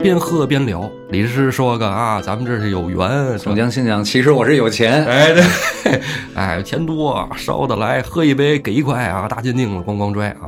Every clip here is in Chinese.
边喝边聊。李师说个啊，咱们这是有缘。 宋江心想，其实我是有钱。 哎，对，哎，钱多烧得来，喝一杯给一块啊，大金锭咣咣拽啊。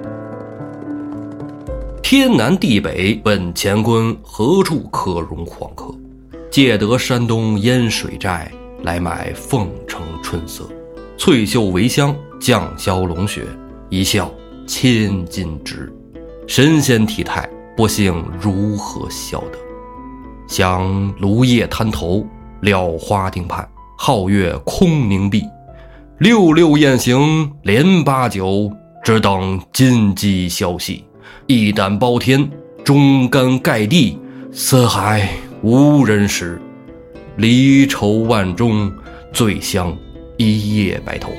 天南地北问乾坤，何处可容黄客？借得山东烟水寨，来买凤城春色。翠袖为香，绛霄龙雪，一笑千金值。神仙体态，不幸如何消得？想芦叶滩头，了花汀畔，皓月空凝碧。六六雁行连八九，只等金鸡消息。一胆包天，忠肝盖地，四海无人识。离愁万钟，醉香一夜白头。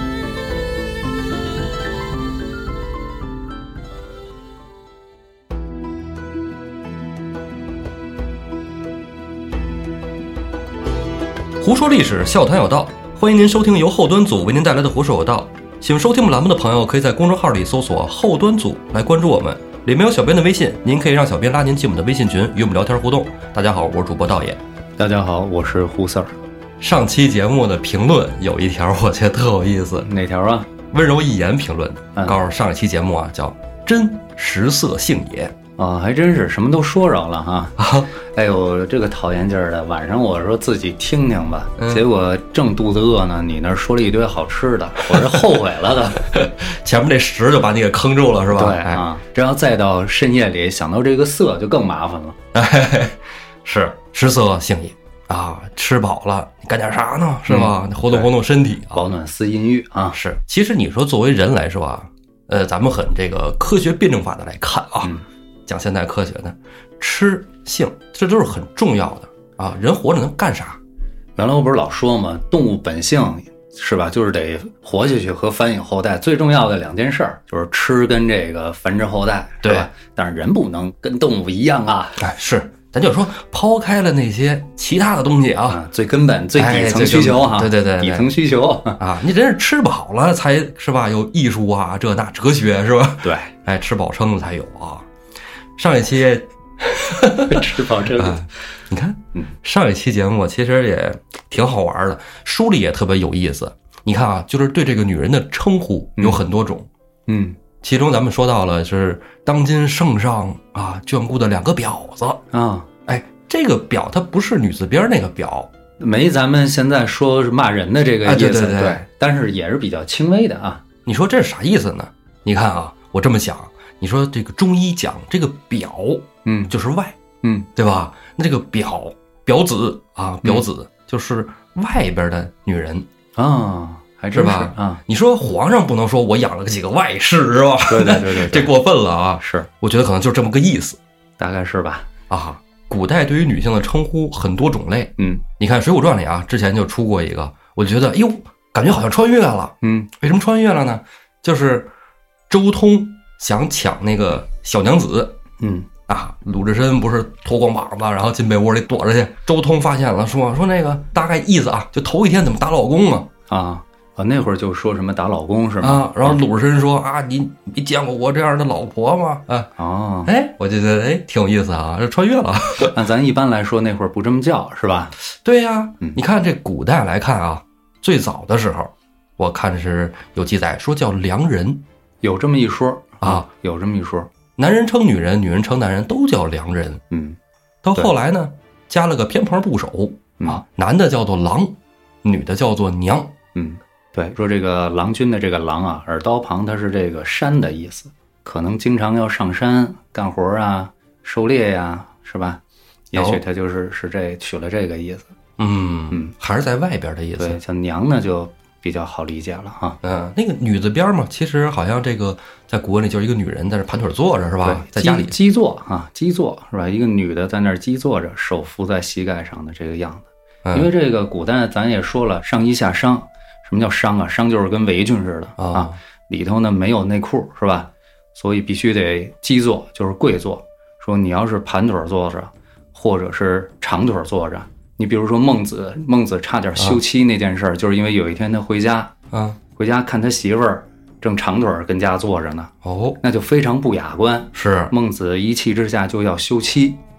胡说历史，笑谈有道，欢迎您收听由后端组为您带来的胡说有道。喜欢收听我们栏目的朋友，可以在公众号里搜索后端组来关注我们，里面有小编的微信，您可以让小编拉您进我们的微信群，与我们聊天互动。大家好，我是主播道爷。 大家好，我是胡 Sir。 上期节目的评论有一条我觉得特有意思。 哪条啊？ 温柔一言评论的，告诉上一期节目啊叫真食色性也啊，还真是什么都说着了哈。哎呦，这个讨厌劲儿的，晚上我说自己听听吧，结果正肚子饿呢，你那说了一堆好吃的，我是后悔了的。 前面这食就把你给坑住了是吧？ 对啊，这要再到深夜里想到这个色就更麻烦了。 哎，是食色性也啊，吃饱了你干点啥呢？是吧？活动活动身体， 保暖思淫欲啊。 是，其实你说作为人来说啊，咱们很这个科学辩证法的来看啊，讲现代科学呢，吃性这都是很重要的啊。人活着能干啥？ 原来我不是老说嘛，动物本性是吧，就是得活下去和繁衍后代，最重要的两件事儿就是吃跟这个繁殖后代，是吧？但是人不能跟动物一样啊。 哎，是，咱就说抛开了那些其他的东西啊， 最根本、最底层需求哈， 对， 底层需求啊，你真是吃饱了才是吧？有艺术啊，这那哲学是吧？ 对， 哎，吃饱撑才有啊。上一期吃饱撑， 你看，上一期节目其实也挺好玩的，书里也特别有意思。你看啊，就是对这个女人的称呼有很多种，其中咱们说到了是当今圣上啊眷顾的两个婊子啊，哎，这个婊它不是女字边那个婊， 没咱们现在说是骂人的这个意思， 对， 但是也是比较轻微的啊。 你说这是啥意思呢？你看啊，我这么想，你说这个中医讲这个表，就是外，对吧？那这个婊子啊，婊子就是外边的女人啊。还是吧？啊，你说皇上不能说我养了几个外室是吧？ 对， 这过分了啊！ 是， 我觉得可能就是这么个意思， 大概是吧？ 啊，古代对于女性的称呼很多种类，你看《水浒传》里啊，之前就出过一个，我就觉得，哎呦，感觉好像穿越了，为什么穿越了呢？就是周通想抢那个小娘子，鲁智深不是脱光膀子，然后进被窝里躲着去，周通发现了，说那个大概意思啊，就头一天怎么打老公啊？那会儿就说什么打老公是吗？ 啊，然后鲁智深说啊，你见过我这样的老婆吗？我就觉得挺有意思啊，这穿越了。 那咱一般来说那会儿不这么叫是吧？ 对呀，你看这古代来看啊，最早的时候，我看是有记载说叫良人， 有这么一说啊，有这么一说， 男人称女人，女人称男人，都叫良人。到后来呢，加了个偏旁部首啊，男的叫做郎，女的叫做娘。 对，说这个郎君的这个郎啊，耳刀旁它是这个山的意思，可能经常要上山干活啊、狩猎呀，是吧？也许他就是这取了这个意思。 还是在外边的意思。 对，像娘呢就比较好理解了哈。 那个女字边嘛，其实好像这个在古文里就是一个女人在这盘腿坐着是吧？在家里基坐啊，基坐是吧？一个女的在那儿基坐着，手扶在膝盖上的这个样子。因为这个古代咱也说了，上衣下裳。什么叫裳啊？裳就是跟围裙似的啊，里头呢没有内裤是吧？所以必须得基坐，就是跪坐。说你要是盘腿坐着，或者是长腿坐着，你比如说孟子差点休妻那件事儿，就是因为有一天他回家看他媳妇儿正长腿跟家坐着呢，那就非常不雅观。 是孟子一气之下就要休妻，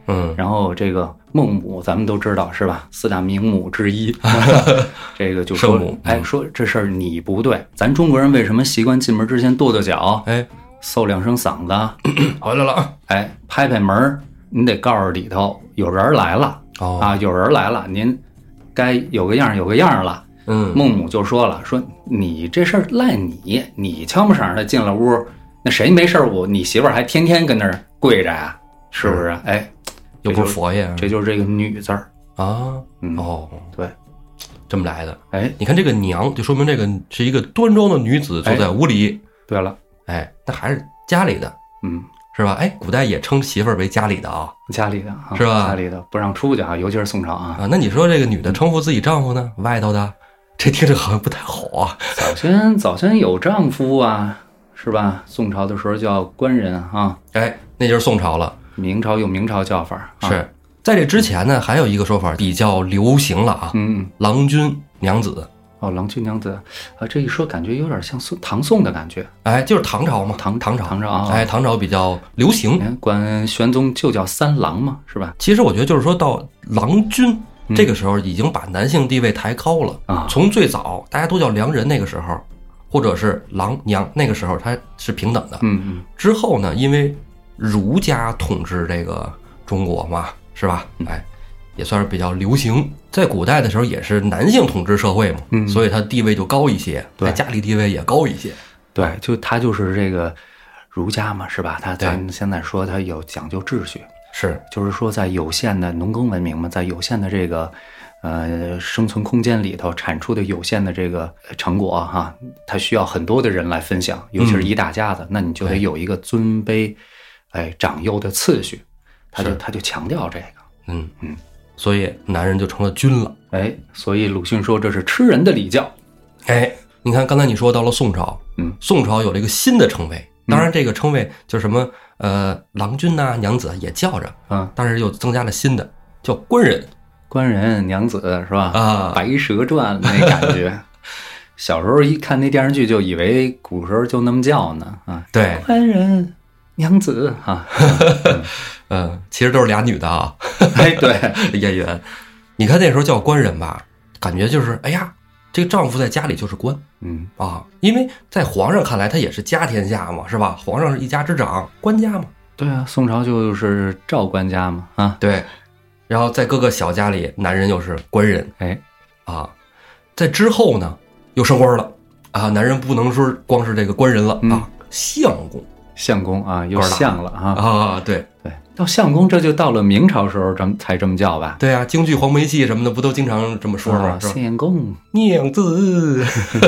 然后这个孟母咱们都知道是吧，4大名母之一这个就说说这事儿你不对，咱中国人为什么习惯进门之前跺跺脚，嗽2声嗓子回来了， 拍拍门，你得告诉里头有人来了，有人来了，您该有个样了。孟母就说了，说你这事儿赖你悄没声的进了屋，那谁没事你媳妇儿还天天跟那儿跪着呀，是不是？ 又不是佛爷， 这就是这个女字儿啊。 对， 这么来的。你看这个娘，就说明这个是一个端庄的女子坐在屋里。 对了， 那还是家里的，是吧？古代也称媳妇儿为家里的啊， 家里的是吧？ 家里的不让出去啊，尤其是宋朝啊。 那你说这个女的称呼自己丈夫呢？外头的，这听着好像不太好啊。 早先有丈夫啊，是吧？宋朝的时候叫官人啊。 那就是宋朝了。 明朝有明朝叫法是在这之前呢，还有一个说法比较流行了啊。郎君娘子。 郎君娘子这一说感觉有点像唐宋的感觉。 就是唐朝嘛，唐朝啊。 唐朝比较流行。 管玄宗就叫三郎嘛，是吧？ 其实我觉得就是说到郎君这个时候，已经把男性地位抬高了从最早大家都叫良人那个时候，或者是郎娘那个时候，它是平等的。之后呢，因为儒家统治这个中国嘛，是吧？也算是比较流行。在古代的时候也是男性统治社会嘛，所以他地位就高一些，在家里地位也高一些。 对，他就是这个儒家嘛，是吧？咱现在说他有讲究秩序， 是， 就是说在有限的农耕文明嘛，在有限的这个生存空间里头产出的有限的这个成果它需要很多的人来分享，尤其是一大家子，那你就得有一个尊卑长幼的次序，他就强调这个。 所以男人就成了君了。 所以鲁迅说这是吃人的礼教。 你看刚才你说到了宋朝，宋朝有了一个新的称谓，当然这个称谓就是什么郎君啊娘子也叫着，但是又增加了新的叫官人娘子，是吧？白蛇传那感觉小时候一看那电视剧就以为古时候就那么叫呢对， 官人娘子其实都是俩女的啊。 对， 演员。你看那时候叫官人吧，感觉就是这个丈夫在家里就是官。因为在皇上看来他也是家天下嘛，是吧？皇上是一家之长，官家嘛。 对啊，宋朝就是赵官家嘛对。然后在各个小家里，男人又是官人。在之后呢又升官了男人不能说光是这个官人了相公又相了对， 到相公这就到了明朝时候才这么叫吧？ 对啊，京剧黄梅戏什么的不都经常这么说吗？ 相公娘子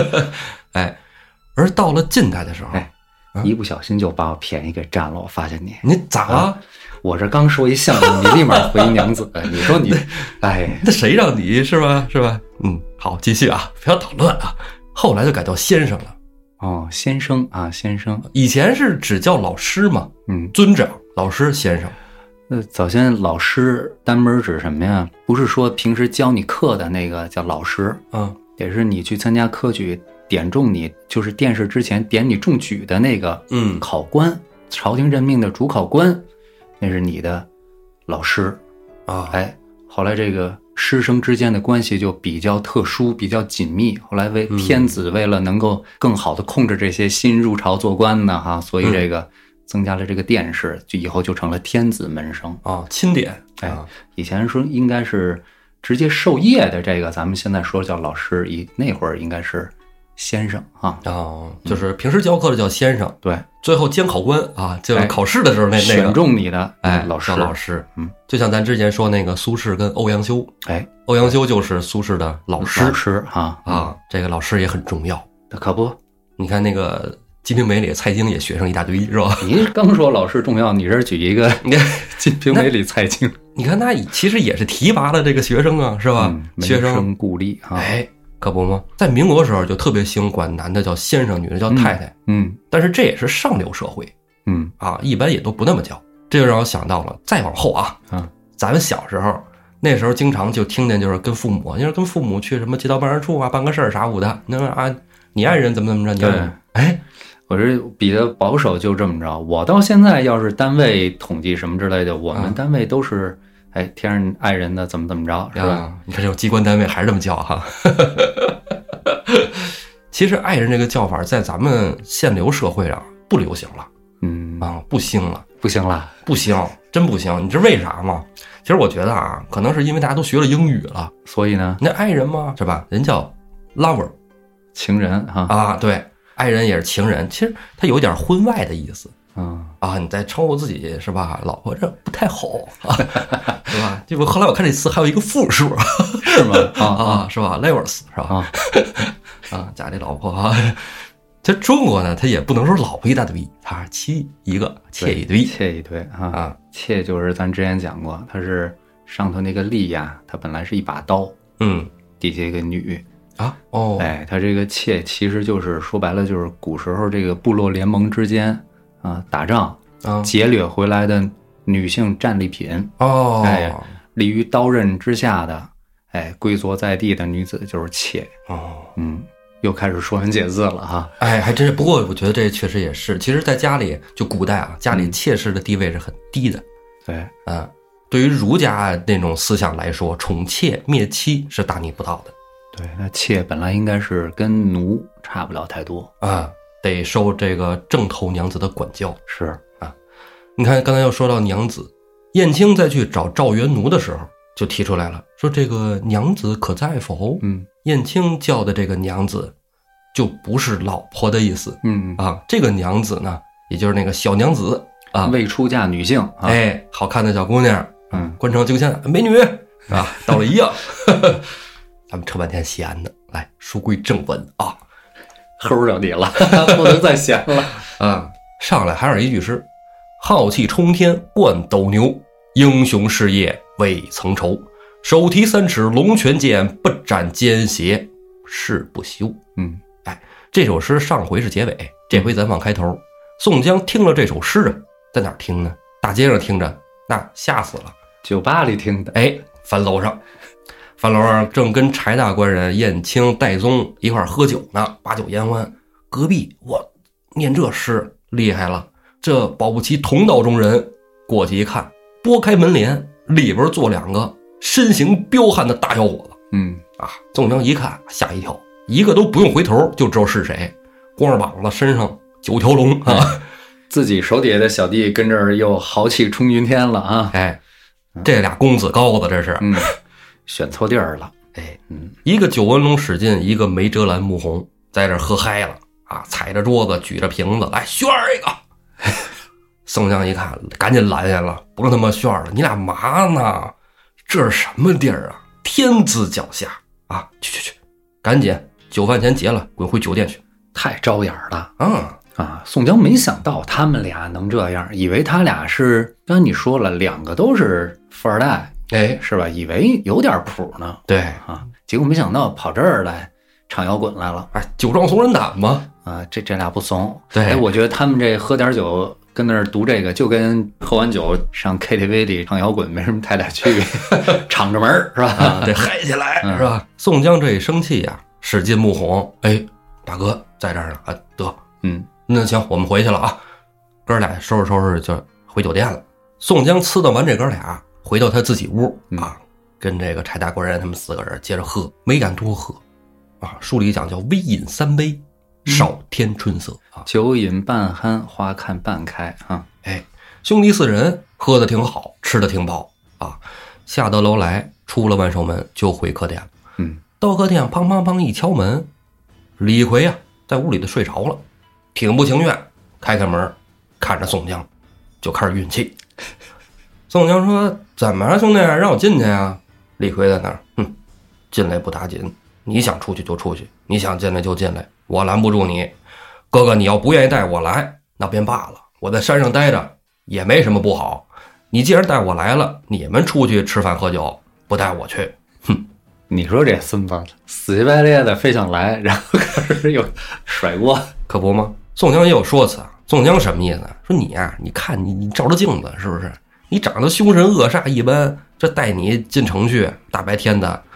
而到了近代的时候一不小心就把我便宜给占了，我发现你咋了？ 我这刚说一相公，你立马回娘子你说你那谁让你是吧？好，继续不要捣乱后来就改叫先生了。 先生先生， 以前是只叫老师嘛，尊长，老师，先生。 早先老师单门指什么呀？不是说平时教你课的那个叫老师，也是你去参加科举点中你，就是殿试之前点你中举的那个考官，朝廷任命的主考官，那是你的老师后来这个师生之间的关系就比较特殊，比较紧密。后来天子为了能够更好的控制这些新入朝做官的所以这个增加了这个殿试，就以后就成了天子门生钦点。 以前说应该是直接授业的，这个咱们现在说叫老师，那会儿应该是先生就是平时教课的叫先生， 对， 最后监考官就是考试的时候那个选中你的老师就像咱之前说那个苏轼跟欧阳修，欧阳修就是苏轼的老师这个老师也很重要， 可不？ 你看那个《金瓶梅》里蔡京也学生一大堆，是吧？ 你刚说老师重要，你这举一个《金瓶梅》里蔡京， 你看他其实也是提拔了这个学生是吧？学生故吏可不吗？在民国时候就特别兴管男的叫先生，女的叫太太。但是这也是上流社会。一般也都不那么叫。这就让我想到了，再往后咱们小时候那时候经常就听见就是跟父母，就是跟父母去什么街道办事处办个事儿啥的，那你爱人怎么着，你我这比较保守，就这么着。我到现在要是单位统计什么之类的，我们单位都是天上爱人的怎么着，是吧？ 你看这种机关单位还是这么叫哈。其实爱人这个叫法在咱们现流社会上不流行了，不兴了， 不行了， 不行，真不行。你知道为啥吗？其实我觉得啊，可能是因为大家都学了英语了， 所以呢， 那爱人嘛，是吧？人叫 lover， 情人哈对，爱人也是情人，其实他有点婚外的意思。你在称呼自己是吧？老婆这不太好啊，是吧？结果后来我看这词还有一个复数， 是吗？ 是吧 ？lovers 是吧？家里老婆啊。这中国呢，他也不能说老婆一大堆，他是妻一个，妾一堆， 妾一堆妾就是咱之前讲过，它是上头那个利呀，它本来是一把刀，底下一个女它这个妾其实就是说白了就是古时候这个部落联盟之间打仗劫掠回来的女性战利品立于刀刃之下的跪坐在地的女子就是妾又开始说文解字了哈。 还真是。不过我觉得这确实也是，其实在家里就古代家里妾室的地位是很低的。 对， 对于儒家那种思想来说，宠妾灭妻是大逆不道的。 对，那妾本来应该是跟奴差不了太多得受这个正头娘子的管教。 是你看刚才又说到娘子，燕青再去找赵元奴的时候就提出来了，说这个娘子可在否？燕青叫的这个娘子就不是老婆的意思。这个娘子呢，也就是那个小娘子未出嫁女性好看的小姑娘关城京县美女到了一样。咱们扯半天闲的，来书归正文齁着你了，不能再闲了上来还是一句诗：浩气冲天冠斗牛，英雄事业未曾愁，手提3尺龙泉剑，不斩奸邪誓不休。这首诗上回是结尾，这回咱放开头。宋江听了这首诗在哪儿听呢？大街上听着，那吓死了。 酒吧里听的。 樊楼上，樊楼上正跟柴大官人、燕青、戴宗一块喝酒呢，把酒言欢。隔壁我念这诗厉害了，这保不齐同道中人。过去一看，拨开门帘，里边坐2个身形彪悍的大小伙子。宋江一看吓一跳，一个都不用回头就知道是谁，光着膀子，身上9条龙自己手底下的小弟跟这儿又豪气冲云天了这俩公子高子这是选错地儿了一个九纹龙史进，一个梅遮拦穆弘，在这喝嗨了踩着桌子举着瓶子来炫一个。宋江一看赶紧拦下了，不让他妈炫了，你俩嘛呢？这是什么地儿啊？天子脚下去，赶紧酒饭钱结了，滚回酒店去。 太招眼了宋江没想到他们俩能这样，以为他俩是刚才你说了2个都是富二代是吧？以为有点谱呢。 对结果没想到跑这儿来唱摇滚来了。 酒壮怂人胆嘛这俩不怂。 对我觉得他们这喝点酒跟那儿读这个，就跟喝完酒上 KTV 里唱摇滚没什么太大区别。敞着门是吧得嗨起来是吧？宋江这一生气使劲穆弘，大哥在这儿呢得那行我们回去了哥俩收拾收拾就回酒店了。宋江呲的完这哥俩回到他自己屋跟这个柴大官人他们4个人接着喝，没敢多喝书里讲叫微饮3杯，少添春色酒饮半酣，花看半开兄弟4人喝得挺好，吃得挺饱下得楼来，出了万寿门就回客店了。到客店砰砰砰一敲门，李逵在屋里头睡着了，挺不情愿开开门，看着宋江就开始运气。宋江说怎么了兄弟，让我进去呀？李逵在那儿进来不打紧，你想出去就出去，你想进来就进来，我拦不住你。哥哥你要不愿意带我来那便罢了，我在山上待着也没什么不好，你既然带我来了，你们出去吃饭喝酒，不带我去你说这孙子死乞白咧的非想来，然后可是又甩锅， 可不吗？宋江也有说辞宋江什么意思？说你你看你照着镜子是不是？你长得凶神恶煞一般，这带你进城去，大白天的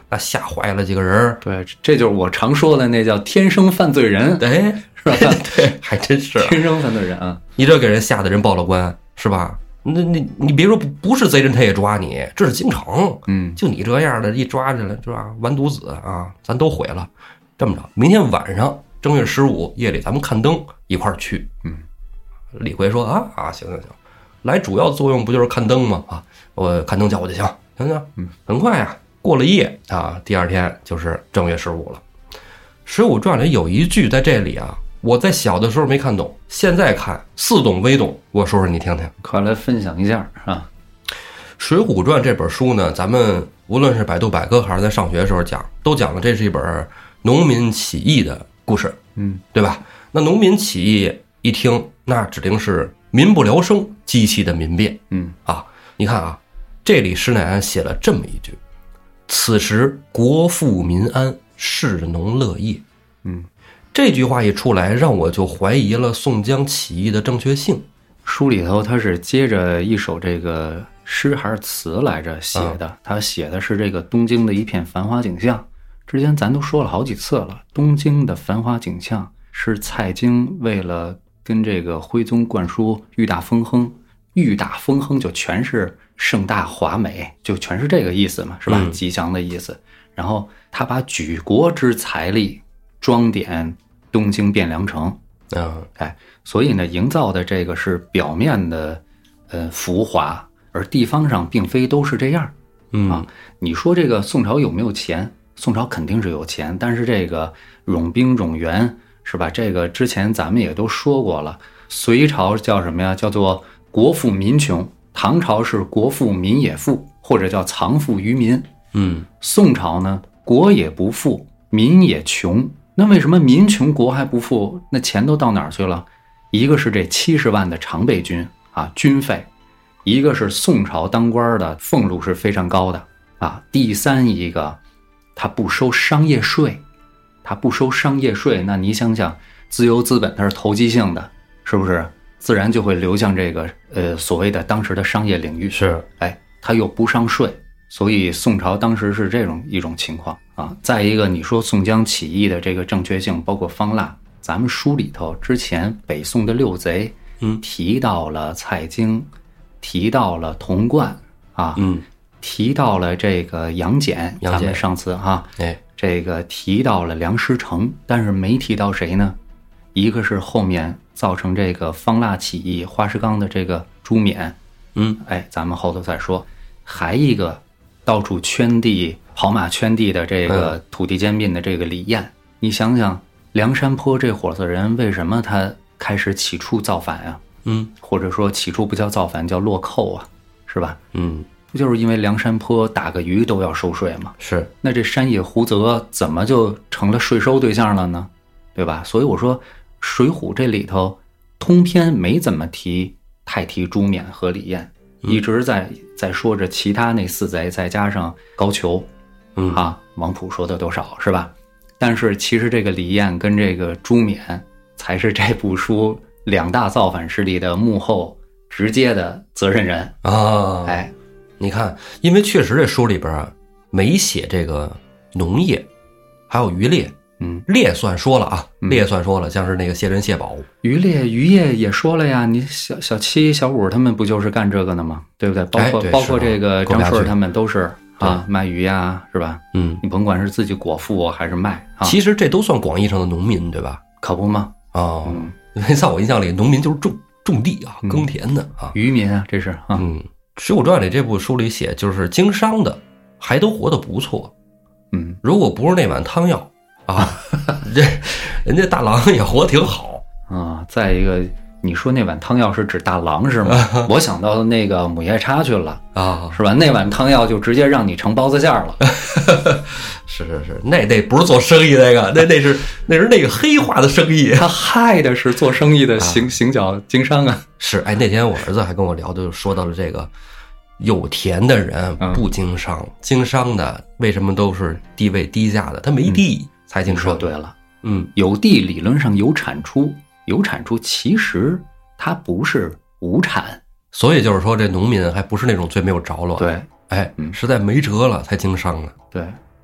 那吓坏了几个人。 对，这就是我常说的那叫天生犯罪人， 哎， 是吧？ 对，还真是天生犯罪人啊！ 你这给人吓得人报了官，是吧？你别说不是贼人，他也抓你，这是京城。就你这样的，一抓起来是吧？完犊子啊，咱都毁了。这么着，明天晚上正月15夜里，咱们看灯一块儿去。李逵说啊，行，来主要作用不就是看灯吗？啊，我看灯叫我就行，行，很快啊，过了夜啊，第二天就是正月15了。《水浒传》里有一句在这里啊，我在小的时候没看懂，现在看似懂非懂，我说说你听听， 快来分享一下啊！ 《水浒传》这本书呢，咱们无论是百度百科还是在上学的时候讲，都讲了这是一本农民起义的故事，对吧？那农民起义一听，那指定是民不聊生，激起的民变。你看啊，这里施耐庵写了这么一句：此时国富民安，士农乐业。这句话一出来，让我就怀疑了宋江起义的正确性。 书里头他是接着一首这个诗还是词来着写的，他写的是这个东京的一片繁华景象。之前咱都说了好几次了，东京的繁华景象是蔡京为了跟这个徽宗灌输欲大风亨，欲大风亨就全是盛大华美，就全是这个意思嘛，是吧？吉祥的意思。然后他把举国之财力装点东京汴梁城，所以呢，营造的这个是表面的浮华，而地方上并非都是这样。你说这个宋朝有没有钱？宋朝肯定是有钱，但是这个冗兵冗员是吧？这个之前咱们也都说过了。隋朝叫什么呀？叫做国富民穷。唐朝是国富民也富，或者叫藏富于民。宋朝呢，国也不富，民也穷。那为什么民穷国还不富？那钱都到哪儿去了？一个是这70万的常备军啊，军费；一个是宋朝当官的俸禄是非常高的啊。第三一个，他不收商业税，那你想想，自由资本它是投机性的，是不是？自然就会流向这个所谓的当时的商业领域。 是， 他又不上税，所以宋朝当时是这种一种情况啊。再一个，你说宋江起义的这个正确性，包括方腊，咱们书里头之前北宋的六贼，提到了蔡京，提到了童贯啊，提到了这个杨戬，咱们上次这个提到了梁师成，但是没提到谁呢？一个是后面造成这个方腊起义花石纲的这个朱冕，咱们后头再说。还一个到处圈地跑马圈地的这个土地兼并的这个李彦，你想想梁山泊这伙子人为什么他开始起初造反啊？或者说起初不叫造反，叫落寇啊，是吧？不就是因为梁山泊打个鱼都要收税吗？是。那这山野胡泽怎么就成了税收对象了呢？对吧？所以我说水浒这里头通篇没怎么太提朱冕和李彦，一直在说着其他那4贼，再加上高俅，王普说的多少是吧？但是其实这个李彦跟这个朱冕才是这部书2大造反势力的幕后直接的责任人啊！ 你看，因为确实这书里边没写这个农业，还有渔猎。猎算说了啊，猎算说了，像是那个谢珍谢宝。渔业也说了呀，你小七小五他们不就是干这个的吗？对不对？包括这个张顺他们都是卖鱼呀，是吧？你甭管是自己果腹还是卖， 其实这都算广义上的农民，对吧？ 可不吗？ 因为在我印象里，农民就是种地啊，耕田的啊， 渔民啊，这是 《水浒传》里这部书里写，就是经商的还都活得不错。如果不是那碗汤药人家大郎也活挺好啊。再一个，你说那碗汤药是指大郎是吗？我想到那个母夜叉去了啊，是吧？那碗汤药就直接让你成包子馅了。 是，那不是做生意那个，那是那个黑化的生意。 他害的是做生意的行脚经商啊。 是，那天我儿子还跟我聊，就说到了这个。有田的人不经商，经商的为什么都是地位低下的？他没地才经商。 说对了，有地理论上有产出，其实它不是无产。 所以就是说，这农民还不是那种最没有着落的。 对， 实在没辙了才经商呢。 对，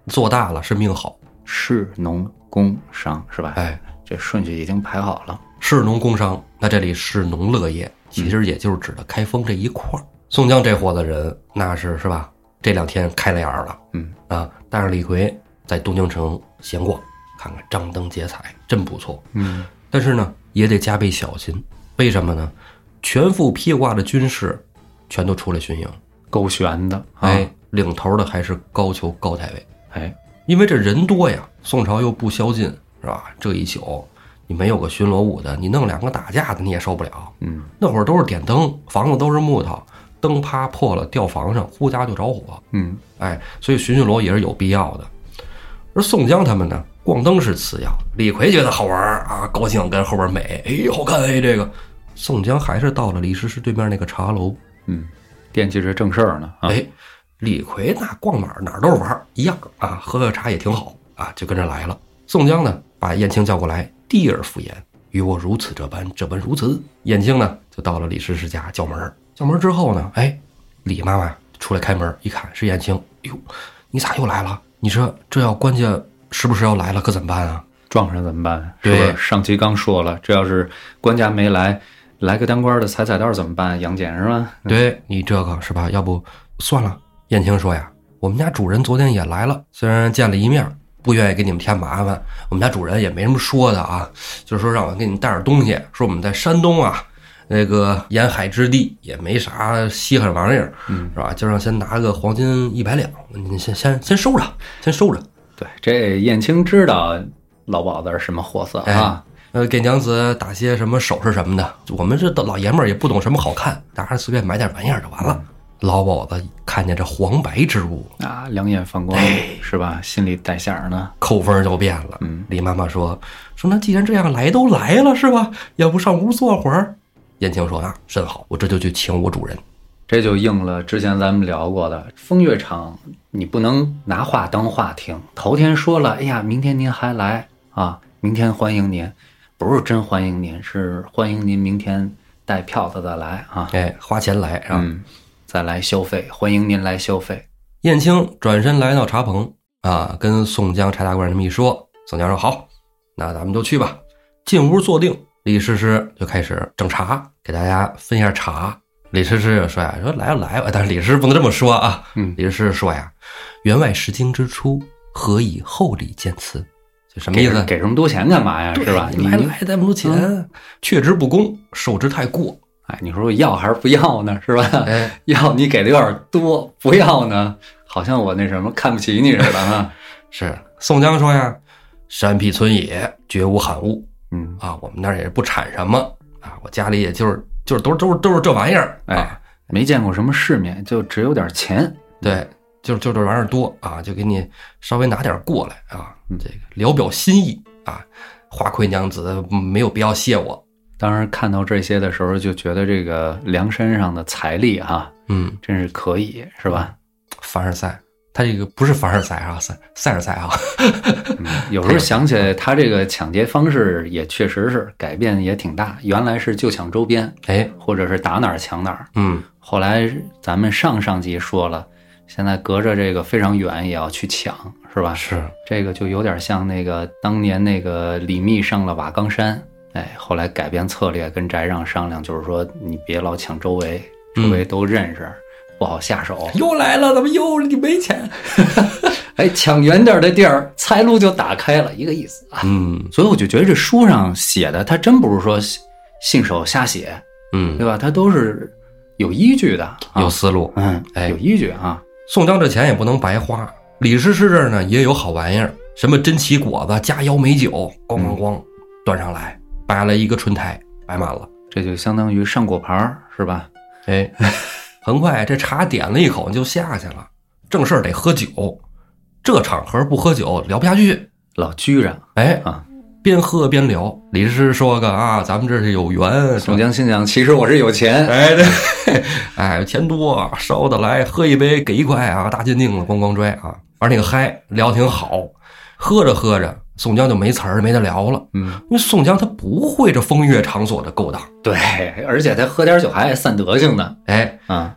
做大了是命好。 士农工商是吧？ 哎， 这顺序已经排好了。 士农工商，那这里士农乐业其实也就是指的开封这一块。宋江这伙子人那是吧？这2天开了眼了，带着李逵在东京城闲逛，看看张灯结彩，真不错。但是呢，也得加倍小心。为什么呢？全副披挂的军士全都出来巡营， 够悬的。 领头的还是高俅高太尉。因为这人多呀，宋朝又不宵禁，是吧？这一宿你没有个巡逻伍的，你弄2个打架的你也受不了。那会儿都是点灯，房子都是木头，灯啪破了掉房上，呼家就着火。所以巡逻也是有必要的。而宋江他们呢，光灯是次要，李逵觉得好玩啊，高兴跟后边美，好看这个。宋江还是到了李师师对面那个茶楼， 惦记着正事儿呢。 李逵那逛哪儿都是玩一样啊，喝个茶也挺好啊，就跟着来了。宋江呢，把燕青叫过来，低耳敷言，与我如此这般如此。燕青呢，就到了李师师家叫门。叫门之后呢，李妈妈出来开门，一看是燕青，哟，你咋又来了？你说这要官家是不是要来了？可怎么办啊？ 撞上怎么办？是不是上期刚说了，这要是官家没来，来个当官的踩彩道怎么办？杨戬是吧？ 对，你这个是吧？要不算了。燕青说呀，我们家主人昨天也来了，虽然见了一面，不愿意给你们添麻烦，我们家主人也没什么说的啊，就是说让我给你们带点东西，说我们在山东啊，那个沿海之地也没啥稀罕玩意儿，是吧？就让先拿个黄金100两，你先收着。 对，这燕青知道老鸨子是什么货色啊？ 给娘子打些什么首饰什么的，我们这老爷们儿也不懂什么好看，大家随便买点玩意儿就完了。老鸨子看见这黄白之物啊，两眼放光，是吧？心里带响呢， 口风就变了。李妈妈说那既然这样，来都来了是吧？要不上屋坐会儿？燕青说啊，甚好，我这就去请我主人。 这就应了之前咱们聊过的，风月场你不能拿话当话听。头天说了，哎呀，明天您还来啊？明天欢迎您，不是真欢迎您，是欢迎您明天带票子再来啊！ 花钱来啊！ 再来消费，欢迎您来消费。 燕青转身来到茶棚啊，跟宋江、柴大官这么一说，宋江说好，那咱们就去吧。进屋坐定，李师师就开始整茶，给大家分一下茶。李师师就说呀，说来吧，但是李师师不能这么说啊。李师师说呀，员外识经之初，何以厚礼见辞？就什么意思？ 给这么多钱干嘛呀？是吧？ 你来这么多钱，却之不恭，受之太过。 你说要还是不要呢？是吧？要你给的有点多，不要呢，好像我那什么看不起你似的啊。 是宋江说呀，山僻村野，绝无罕物。我们那儿也不产什么啊，我家里也就是都是这玩意儿啊， 没见过什么世面，就只有点钱。 对，就这玩意儿多啊，就给你稍微拿点过来啊，这个聊表心意啊，花魁娘子没有必要谢我。 当然看到这些的时候，就觉得这个梁山上的财力啊，真是可以，是吧？ 凡尔赛，他这个不是凡尔赛啊，赛尔赛啊。 有时候想起来，他这个抢劫方式也确实是改变也挺大。原来是就抢周边，或者是打哪儿抢哪儿。后来咱们上集说了，现在隔着这个非常远也要去抢，是吧？ 是， 这个就有点像那个当年那个李密上了瓦岗山。后来改变策略，跟翟让商量，就是说你别老抢周围都认识，不好下手。 又来了，怎么又你没钱？ 抢远点的地儿，财路就打开了，一个意思啊。所以我就觉得这书上写的，他真不是说信手瞎写，对吧？他都是有依据的， 有思路， 有依据啊。 宋江这钱也不能白花，李师师这儿呢也有好玩意儿，什么珍奇果子、佳肴美酒，咣端上来。摆了一个春台，摆满了， 这就相当于上果盘是吧？ 很快这茶点了一口就下去了。正事得喝酒，这场合不喝酒聊不下去， 老拘着。 边喝边聊。李师说个啊，咱们这是有缘。 宋江心想，其实我是有钱。 对，钱多，烧得来，喝一杯给1块啊，大金锭了，咣拽啊，玩那个嗨，聊挺好。喝着。宋江就没词儿，没得聊了。因为宋江他不会这风月场所的勾当。 对，而且他喝点酒还爱散德性呢。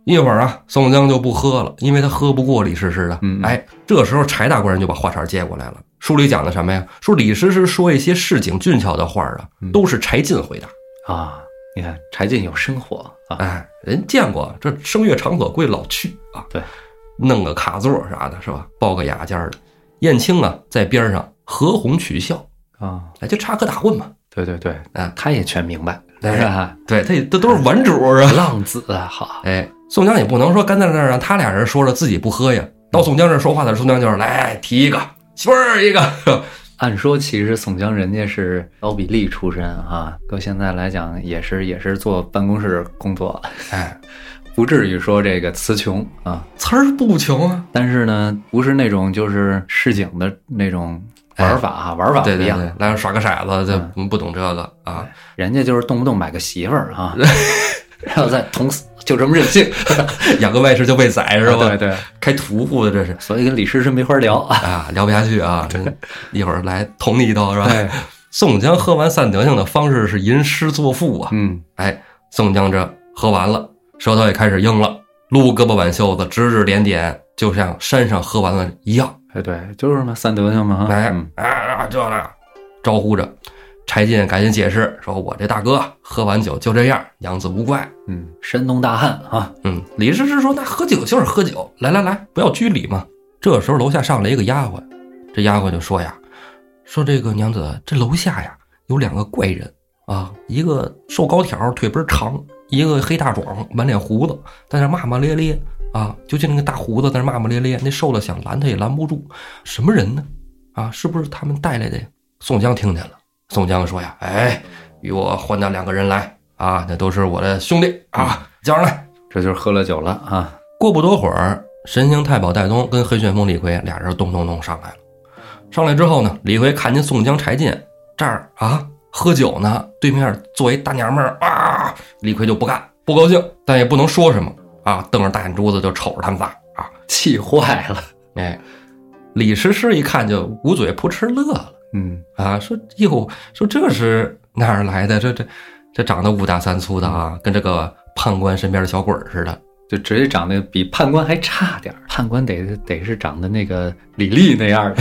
一会儿啊，宋江就不喝了，因为他喝不过李师师的。这时候柴大官人就把话茬接过来了。书里讲的什么呀？说李师师说一些市井俊俏的话啊，都是柴进回答啊。你看柴进有生活啊， 人见过这声乐场所归老去啊， 对， 弄个卡座啥的，是吧？包个雅间的。燕青啊，在边上和红取笑啊， 就插科打诨嘛。 对，他也全明白， 是吧？对，这都是玩主啊， 浪子啊，好。 宋江也不能说干在那儿让他俩人说着自己不喝呀。到宋江这说话的，宋江就是来提一个，媳妇儿一个。 按说其实宋江人家是高比例出身啊，搁现在来讲也是做办公室工作，不至于说这个词穷啊， 词儿不穷啊。 但是呢，不是那种就是市井的那种玩法啊，玩法不一样。 对，来耍个骰子就不懂这个啊， 人家就是动不动买个媳妇儿啊，然后再捅死，就这么任性， 养个外甥就被宰是吧？ 对， 开屠户的这是， 所以跟李师师没法聊啊，聊不下去啊。一会儿来捅你一刀是吧？宋江喝完散德性的方式是吟诗作赋啊。宋江这喝完了，舌头也开始硬了，撸胳膊挽袖子，指指点点，就像山上喝完了一样。 对，就是嘛，散德性嘛。 这了，招呼着。柴进赶紧解释说：“我这大哥喝完酒就这样，娘子无怪。” 山东大汉啊。 李师师说：“那喝酒就是喝酒，来，不要拘礼嘛。”这时候楼下上来一个丫鬟，这丫鬟就说呀：“说这个娘子，这楼下呀有两个怪人啊，一个瘦高挑，腿倍长，一个黑大壮，满脸胡子，在那骂骂咧咧啊，就那个大胡子在那骂骂咧咧，那瘦的想拦他也拦不住。什么人呢？啊，是不是他们带来的呀？”宋江听见了。宋江说呀：“与我换那两个人来啊，那都是我的兄弟啊，叫上来。” 这就是喝了酒了啊。 过不多会儿，神行太保戴宗跟黑旋风李逵俩人咚咚咚上来了。上来之后呢，李逵看见宋江、柴进这儿啊喝酒呢，对面坐一大娘们儿啊，李逵就不干，不高兴，但也不能说什么啊，瞪着大眼珠子就瞅着他们仨啊， 气坏了。 李师师一看就捂嘴扑哧乐了。说哟，说这是哪儿来的？这长得五大三粗的啊，跟这个判官身边的小鬼似的， 就直接长得比判官还差点。判官得是长得那个李立那样的。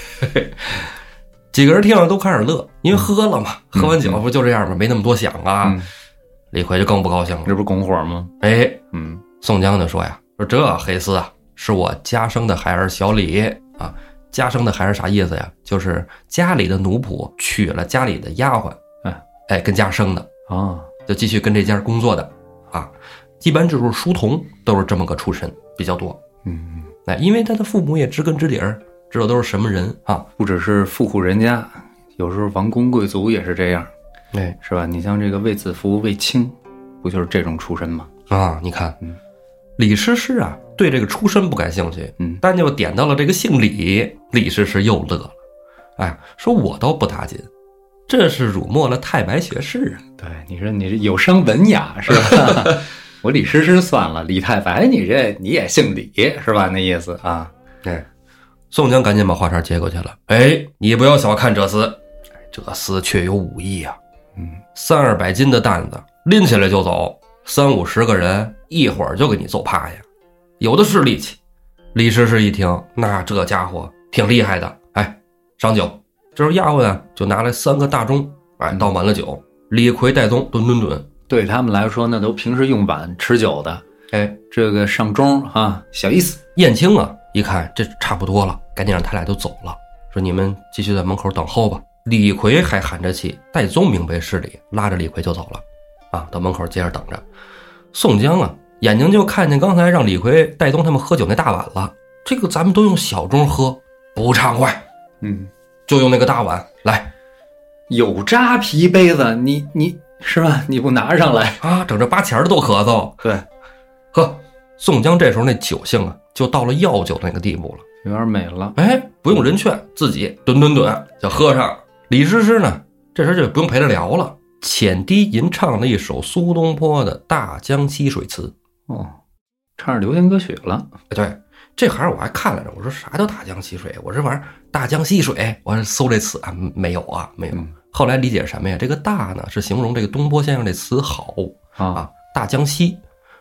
几个人听了都开始乐，因为喝了嘛，喝完酒不就这样吗？没那么多想啊。李逵就更不高兴了， 这不是拱火吗？ 宋江就说呀，说这黑厮啊，是我家生的孩儿小李啊。家生的孩儿啥意思呀？就是家里的奴仆娶了家里的丫鬟，跟家生的啊， 就继续跟这家工作的啊。一般就是书童都是这么个出身比较多。因为他的父母也知根知底儿，知道都是什么人啊。 不只是富户人家，有时候王公贵族也是这样，是吧？你像这个卫子夫、卫青，不就是这种出身吗？ 啊，你看，李师师啊，对这个出身不感兴趣，但就点到了这个姓李，李师师又乐了，说我倒不打紧，这是辱没了太白学士啊。 对，你说你这有伤文雅是吧？我李师师算了，李太白你也姓李是吧？那意思啊。 宋江赶紧把话茬接过去了。你不要小看这厮，这厮确有武艺啊。300-200斤的担子拎起来就走，30-50个人一会儿就给你揍趴下，有的是力气。李师师一听，那这家伙挺厉害的，上酒。这时候丫鬟啊就拿来3个大盅，倒满了酒。李逵、戴宗吨， 对他们来说那都平时用碗吃酒的，这个上盅啊，小意思。 燕青啊一看这差不多了，赶紧让他俩就走了，说你们继续在门口等候吧。李逵还含着气，戴宗明白事理，拉着李逵就走了到门口接着等着。宋江啊眼睛就看见刚才让李逵、戴宗他们喝酒那大碗了，这个咱们都用小盅喝不畅快，就用那个大碗来。 有扎啤杯子，你是吧？你不拿上来啊？整这8钱的都咳嗽。 对， 呵，宋江这时候那酒性啊，就到了药酒那个地步了， 有点美了。 不用人劝，自己吨就喝上。李师师呢，这时候就不用陪他聊了，浅低吟唱了一首苏东坡的《大江溪水词》。 唱着流行歌曲了。 对，这行我还看来着，我说啥叫大江溪水？我这玩意儿大江溪水，我搜这词没有。后来理解什么呀？这个大呢是形容这个东坡先生这词好大江溪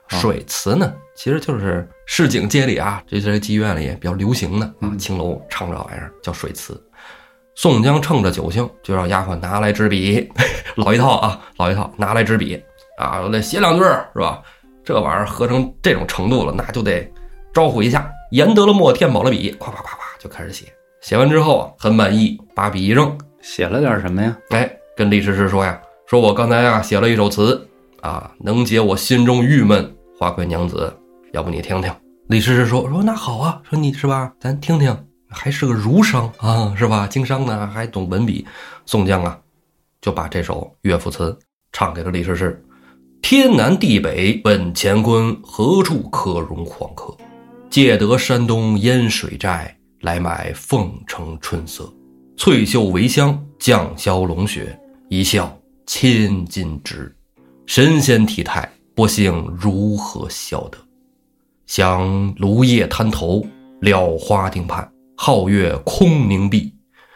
水词呢，其实就是市井街里啊，这些妓院里比较流行的啊，青楼唱这玩意儿叫水词。宋江趁着酒兴，就让丫鬟拿来支笔，老一套，拿来支笔啊，我得写2句是吧？这玩意儿合成这种程度了，那就得招呼一下。研得了墨，添饱了笔，咵咵咵咵就开始写。写完之后啊，很满意，把笔一扔， 写了点什么呀？ 跟李师师说呀，说我刚才啊写了一首词啊，能解我心中郁闷。花魁娘子，要不你听听？李师师说那好啊，说你是吧，咱听听。还是个儒商啊，是吧？经商呢，还懂文笔。宋江啊，就把这首乐府词唱给了李师师。天南地北奔乾坤，何处可容黄客？借得山东烟水寨，来买凤城春色。翠袖为香，绛消龙雪，一笑千金值。神仙体态，不幸如何消得？想芦叶滩头，了花汀畔。皓月空凝碧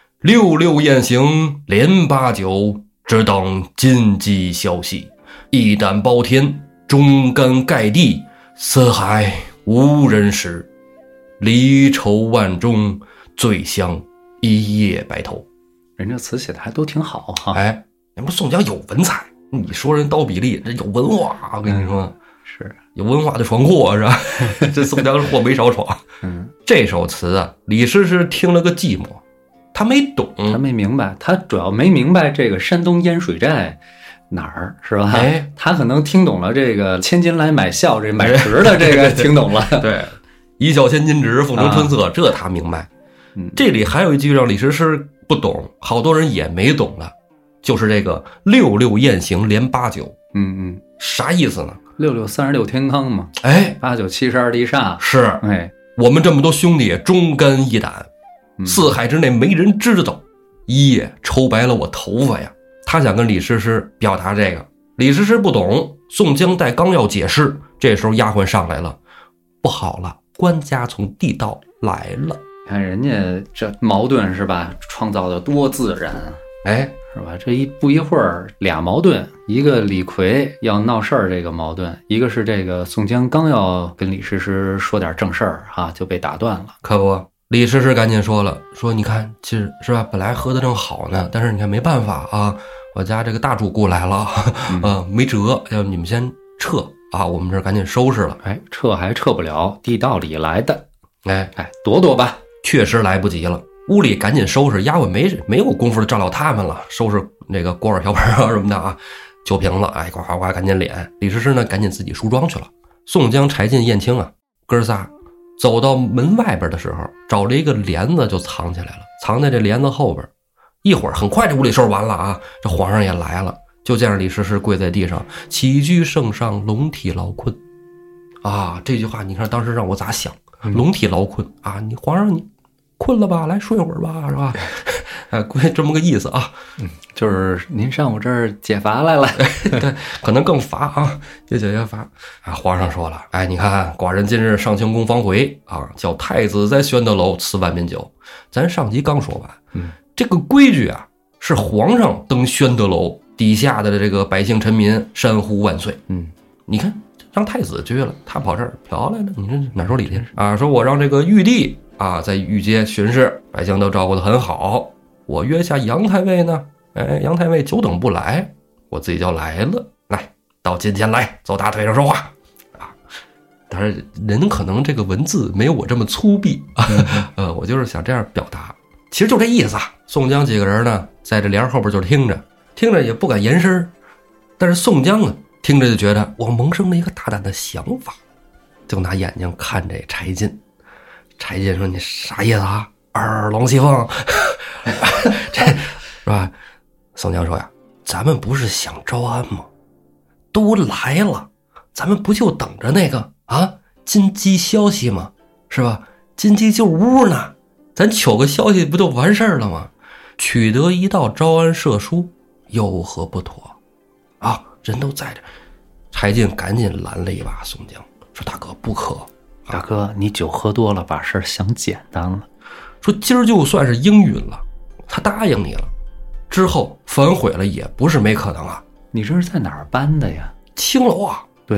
，66雁行连8九，只等金鸡消息。一胆包天，忠肝盖地，四海无人识。离愁万钟，醉香一夜白头。 人这词写的还都挺好哈。 那不宋江有文采，你说人刀比利这有文化，我跟你说。 是有文化的闯祸是吧？这宋江祸没少闯。这首词啊，李师师听了个寂寞，他没懂， 他没明白，他主要没明白这个山东烟水寨哪儿是吧？他可能听懂了这个千金来买笑，这买值的这个听懂了。 对，一笑千金值，凤城春色，这他明白。这里还有一句让李师师不懂，好多人也没懂的，就是这个66雁行连8九。啥意思呢 ？66 36天罡嘛，8九72地煞是。我们这么多兄弟忠肝义胆，四海之内没人知道，一夜抽白了我头发呀。他想跟李师师表达这个，李师师不懂。宋江待刚要解释，这时候丫鬟上来了，不好了，官家从地道来了。 看人家这矛盾是吧，创造的多自然，是吧？这不一会儿俩矛盾，一个李逵要闹事儿这个矛盾，一个是这个宋江刚要跟李师师说点正事儿就被打断了。 可不，李师师赶紧说了，说你看，其实是吧，本来喝得正好呢，但是你看没办法啊，我家这个大主顾来了，没辙，要你们先撤啊，我们这赶紧收拾了。 撤还撤不了，地道里来的，躲躲吧。 确实来不及了。屋里赶紧收拾，丫鬟没有功夫照料他们了，收拾那个锅碗瓢盆什么的啊，酒瓶子，呱呱呱赶紧敛。李师师呢，赶紧自己梳妆去了。宋江、柴进、燕青啊，哥仨走到门外边的时候，找了一个帘子就藏起来了，藏在这帘子后边。一会儿很快这屋里收拾完了啊，这皇上也来了，就见着李师师跪在地上，起居圣上龙体劳困啊。这句话你看当时让我咋想？龙体劳困啊，你皇上你困了吧，来睡会儿吧，是吧？这么个意思啊。 就是您上我这儿解乏来了。 对，可能更乏啊，越解越乏啊。皇上说了，你看寡人今日上清宫方回啊，叫太子在宣德楼赐万民酒。咱上集刚说完，这个规矩啊，是皇上登宣德楼，底下的这个百姓臣民山呼万岁。你看让太子撅了，他跑这儿嫖来了，你这哪说理去啊？说我让这个玉帝啊，在御街巡视，百姓都照顾得很好。我约下杨太尉呢，杨太尉久等不来，我自己就来了。来到近前来，走大腿上说话啊！当然，人可能这个文字没有我这么粗鄙啊，我就是想这样表达，其实就这意思啊。宋江几个人呢，在这帘后边就听着也不敢言声，但是宋江呢，听着就觉得我萌生了一个大胆的想法，就拿眼睛看这柴进。柴进说：“你啥意思啊？二龙戏凤，这是吧？”宋江说呀：“咱们不是想招安吗？都来了，咱们不就等着那个金鸡消息吗？是吧？金鸡就屋呢，咱取个消息不就完事儿了吗？取得一道招安赦书，有何不妥啊？人都在这。”柴进赶紧拦了一把宋江，说：“大哥不可。” 大哥，你酒喝多了，把事儿想简单了。 说今儿就算是应允了，他答应你了，之后反悔了也不是没可能啊。 你这是在哪儿搬的呀？ 青楼啊。 对呀，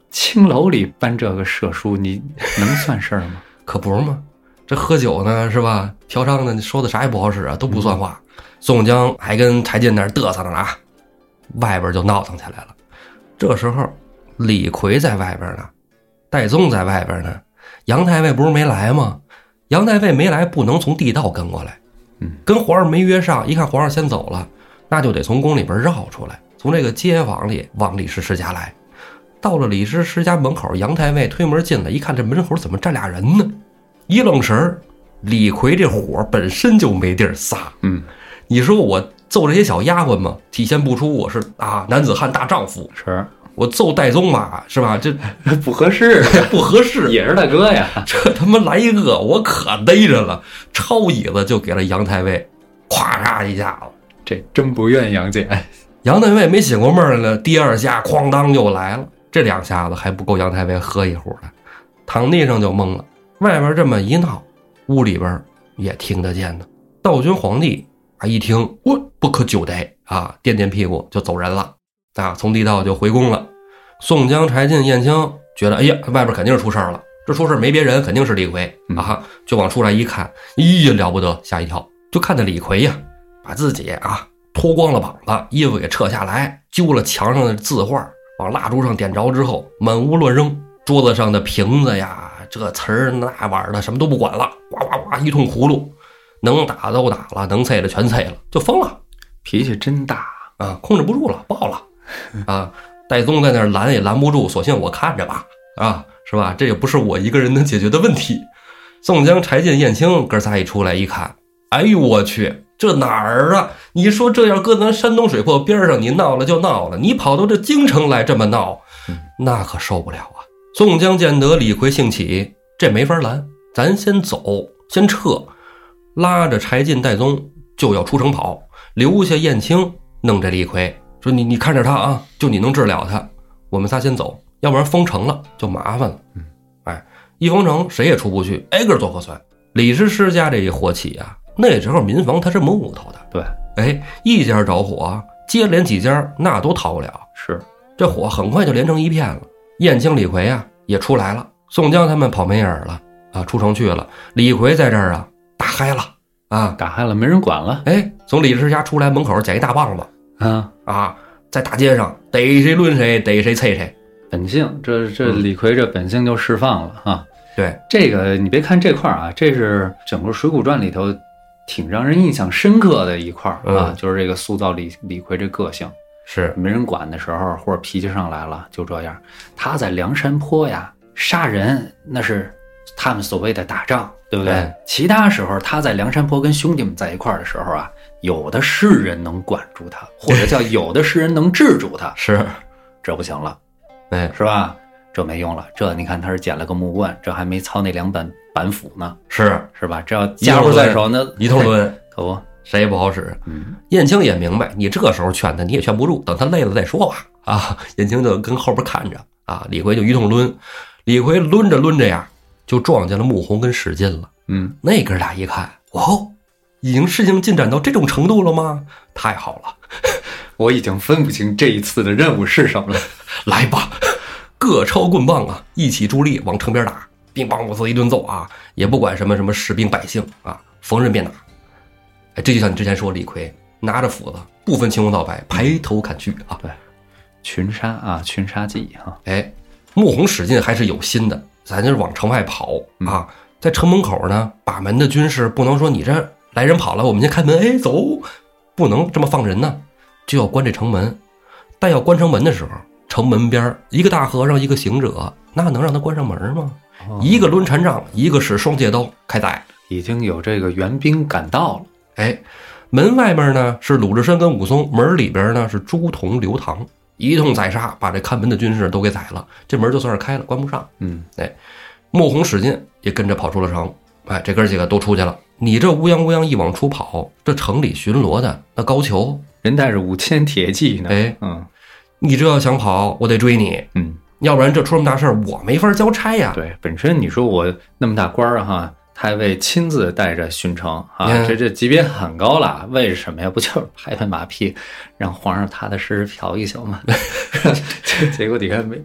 青楼里办这个社书，你能算事儿吗？ 可不是吗？这喝酒呢是吧？嫖娼呢，说的啥也不好使啊，都不算话。宋江还跟柴进那儿嘚瑟呢啊，外边就闹腾起来了。这时候李逵在外边呢，戴宗在外边呢，杨太尉不是没来吗？杨太尉没来，不能从地道跟过来，跟皇上没约上，一看皇上先走了，那就得从宫里边绕出来，从这个街坊里往李师师家来。到了李师师家门口，杨太尉推门进来，一看这门口怎么站俩人呢？一愣神儿，李逵这火本身就没地儿撒。你说我揍这些小丫鬟嘛，体现不出我是男子汉大丈夫。 是我揍戴宗嘛，是吧？这不合适， 不合适， 也是大哥呀。 这他妈来一个，我可逮着了，抄椅子就给了杨太尉，咵嚓一下子。 这真不怨杨戬。 杨太尉没醒过味儿来，第二下哐当又来了。这两下子还不够杨太尉喝一壶的，躺地上就懵了。外边这么一闹，屋里边也听得见呢。道君皇帝一听，我不可久待啊，垫垫屁股就走人了啊，从地道就回宫了。宋江、柴进、燕青觉得，哎呀，外边肯定是出事了，这出事没别人，肯定是李逵啊，就往出来一看，咦，了不得，吓一跳，就看见李逵呀，把自己脱光了膀子，衣服给撤下来，揪了墙上的字画，往蜡烛上点着之后，满屋乱扔，桌子上的瓶子呀，这瓷儿那碗的什么都不管了，哇哇哇一通葫芦，能打都打了，能啐的全啐了，就疯了， 脾气真大啊，控制不住了，爆了啊！戴宗在那儿拦也拦不住，索性我看着吧，是吧？这也不是我一个人能解决的问题。宋江、柴进、燕青哥仨一出来一看，哎呦我去，这哪儿啊？你说这要搁咱山东水泊边上，你闹了就闹了，你跑到这京城来这么闹，那可受不了啊！宋江见得李逵兴起，这没法拦，咱先走，先撤，拉着柴进、戴宗就要出城跑，留下燕青弄这李逵，说你看着他啊，就你能治了他，我们仨先走，要不然封城了就麻烦了。一封城谁也出不去，挨个做核酸。李师师家这一火起啊，那时候民房它是木头的， 对， 一家着火，接连几家那都逃不了， 是这火很快就连成一片了。燕青、李逵也出来了，宋江他们跑没影了出城去了。李逵在这儿打嗨了打嗨了，没人管了。 从李师家出来，门口捡一大棒子在大街上逮谁抡谁，逮谁啐谁。 本性，这李逵这本性就释放了对， 这个你别看这块这是整个《水浒传》里头挺让人印象深刻的一块就是这个塑造李逵这个性。 是没人管的时候，或者脾气上来了，就这样。他在梁山坡杀人，那是他们所谓的打仗，对不对？其他时候他在梁山坡跟兄弟们在一块儿的时候有的是人能管住他，或者叫有的是人能治住他。 是， 这不行了，是吧？这没用了，这你看他是捡了个木棍，这还没操那2板板斧呢，是吧？这要家伙在手，那一通抡， 可不， 谁也不好使。燕青也明白，你这时候劝他，你也劝不住，等他累了再说吧。燕青就跟后边看着李逵就一通抡，李逵抡着就撞见了穆弘跟史进了。那哥俩一看，已经事情进展到这种程度了吗？太好了， 我已经分不清这一次的任务是什么了。 来吧，各抄棍棒一起助力往城边打，乒乓乓一顿揍也不管什么士兵百姓逢人便打。这就像你之前说，李逵拿着斧子，不分青红皂白，排头砍去对，群杀群杀计穆弘、史进还是有心的，咱就是往城外跑在城门口呢，把门的军士不能说你这来人跑了，我们先开门，走，不能这么放人呢，就要关这城门。但要关城门的时候，城门边一个大和尚，一个行者，那能让他关上门吗？一个抡禅杖，一个使双戒刀，开宰。 已经有这个援兵赶到了。 门外边呢是鲁智深跟武松，门里边呢是朱仝、刘唐，一通宰杀，把这看门的军士都给宰了，这门就算是开了，关不上。穆弘、史进也跟着跑出了城。这哥几个都出去了。你这乌泱一往出跑，这城里巡逻的那高俅人带着5000铁骑呢。 你这要想跑，我得追你。要不然这出这么大事儿，我没法交差呀。 对，本身你说我那么大官儿太尉亲自带着巡城这级别很高了。为什么呀？不就是拍马屁，让皇上踏踏实实嫖一宿吗？结果你看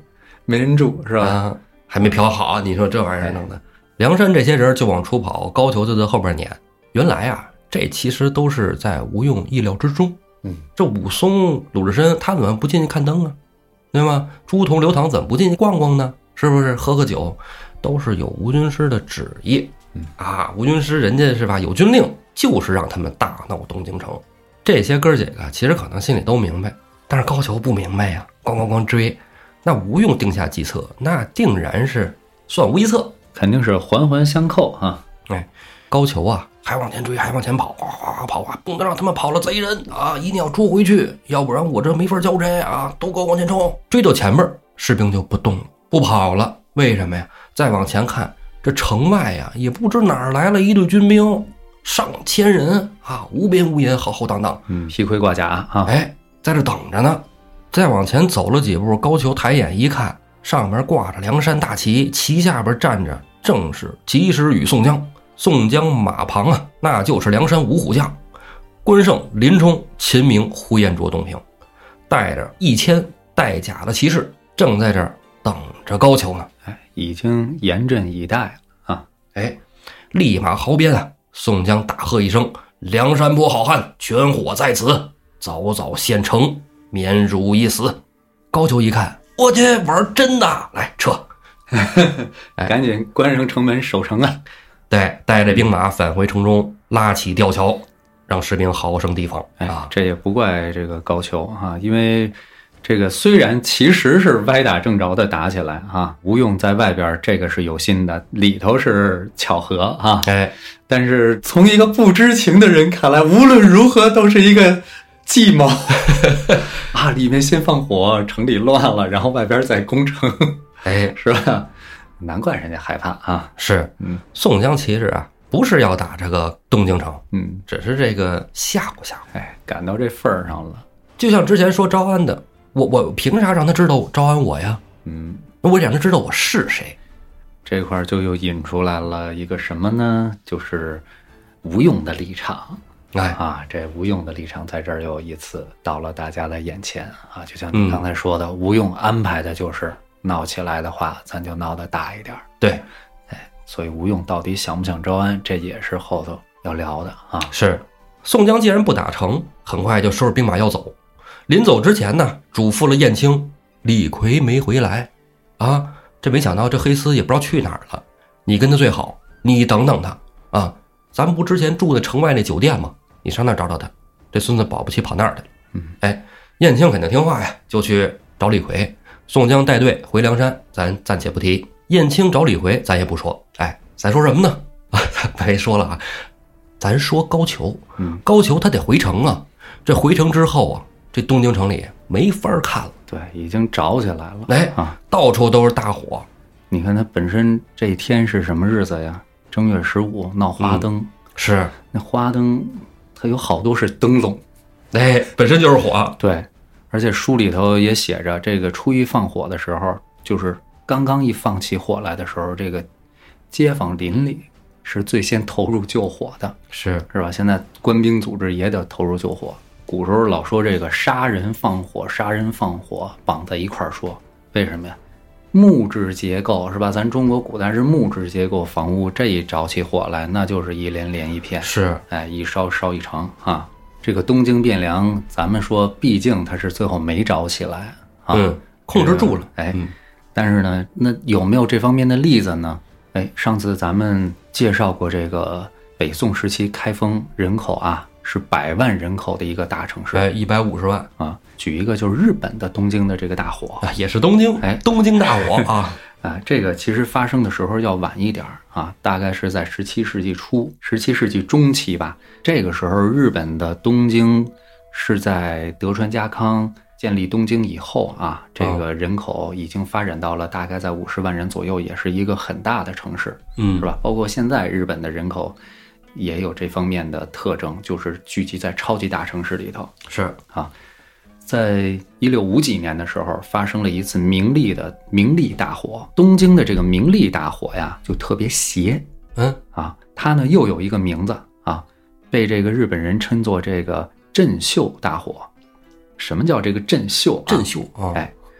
没人住是吧？ 啊，还没嫖好，你说这玩意儿弄的。梁山这些人就往出跑，高俅就在后边撵。原来啊，这其实都是在吴用意料之中。这武松、鲁智深他怎么不进去看灯啊？对吗？朱仝、刘唐怎么不进去逛逛呢？是不是喝酒？都是有吴军师的旨意。吴军师人家是吧，有军令，就是让他们大闹东京城。这些哥几个其实可能心里都明白，但是高俅不明白呀，咣追。那吴用定下计策，那定然是算无一策， 肯定是环环相扣啊。 高俅啊，还往前追，还往前跑，跑啊，不能让他们跑了贼人啊，一定要捉回去，要不然我这没法交差啊！都给我往前冲！追到前面，士兵就不动了，不跑了。为什么呀？再往前看，这城外呀，也不知哪儿来了一队军兵，上千人啊，无边无沿，浩浩荡荡， 披盔挂甲啊， 在这等着呢。再往前走了几步，高俅抬眼一看，上面挂着梁山大旗，旗下边站着正是及时雨宋江。宋江马旁啊，那就是梁山五虎将，关胜、林冲、秦明、呼延灼、董平，带着1000带甲的骑士，正在这儿等着高俅呢。 已经严阵以待啊！ 立马壕边啊，宋江大喝一声：“梁山泊好汉，全伙在此，早早献城，免汝一死。”高俅一看，我去，玩真的，来撤！ 赶紧关上城门守城啊！ 对，带着兵马返回城中，拉起吊桥，让士兵好生提防啊！ 这也不怪这个高俅啊，因为这个虽然其实是歪打正着的打起来啊，吴用在外边这个是有心的，里头是巧合啊，但是从一个不知情的人看来，无论如何都是一个计谋啊！里面先放火，城里乱了，然后外边再攻城，是吧？难怪人家害怕啊！ 是，宋江其实啊，不是要打这个东京城，只是这个吓唬吓唬， 赶到这份儿上了。 就像之前说招安的，我凭啥让他知道招安我呀？我让他知道我是谁。 这块就又引出来了一个什么呢？就是吴用的立场。这吴用的立场在这儿又一次到了大家的眼前啊！就像你刚才说的，吴用安排的就是闹起来的话，咱就闹得大一点。 对， 所以吴用到底想不想招安，这也是后头要聊的啊。 是，宋江既然不打成，很快就收拾兵马要走。临走之前呢，嘱咐了燕青，李逵没回来啊，这没想到这黑厮也不知道去哪儿了。你跟他最好，你等等他啊。咱们不之前住的城外那酒店吗？你上那儿找找他，这孙子保不齐跑那儿去了。燕青肯定听话呀，就去找李逵。宋江带队回梁山，咱暂且不提。燕青找李逵，咱也不说。咱说什么呢？别说了啊，咱说高俅。高俅他得回城啊。这回城之后啊，这东京城里没法看了。 对，已经着起来了。 到处都是大火。 你看他本身这一天是什么日子呀？正月15闹花灯。 是， 那花灯它有好多是灯笼， 本身就是火。 对，而且书里头也写着，这个初一放火的时候，就是刚刚一放起火来的时候，这个街坊邻里是最先投入救火的，是吧？现在官兵组织也得投入救火。古时候老说这个杀人放火绑在一块儿说，为什么呀？木质结构是吧？咱中国古代是木质结构房屋，这一着起火来，那就是一连连一片， 是一烧烧一城啊。这个东京汴梁，咱们说毕竟它是最后没着起来啊， 控制住了。 但是呢，那有没有这方面的例子呢？上次咱们介绍过这个北宋时期开封人口啊是100万人口的一个大城市 ，150万啊。举一个就是日本的东京的这个大火也是东京，东京大火啊。 这个其实发生的时候要晚一点啊，大概是在17世纪初、17世纪中期吧。这个时候日本的东京是在德川家康建立东京以后啊，这个人口已经发展到了大概在50万人左右，也是一个很大的城市，是吧？包括现在日本的人口也有这方面的特征，就是聚集在超级大城市里头。 是啊， 在1650几年的时候，发生了一次明历大火。东京的这个明历大火呀，就特别邪，它呢又有一个名字啊，被这个日本人称作这个镇秀大火。什么叫这个镇秀？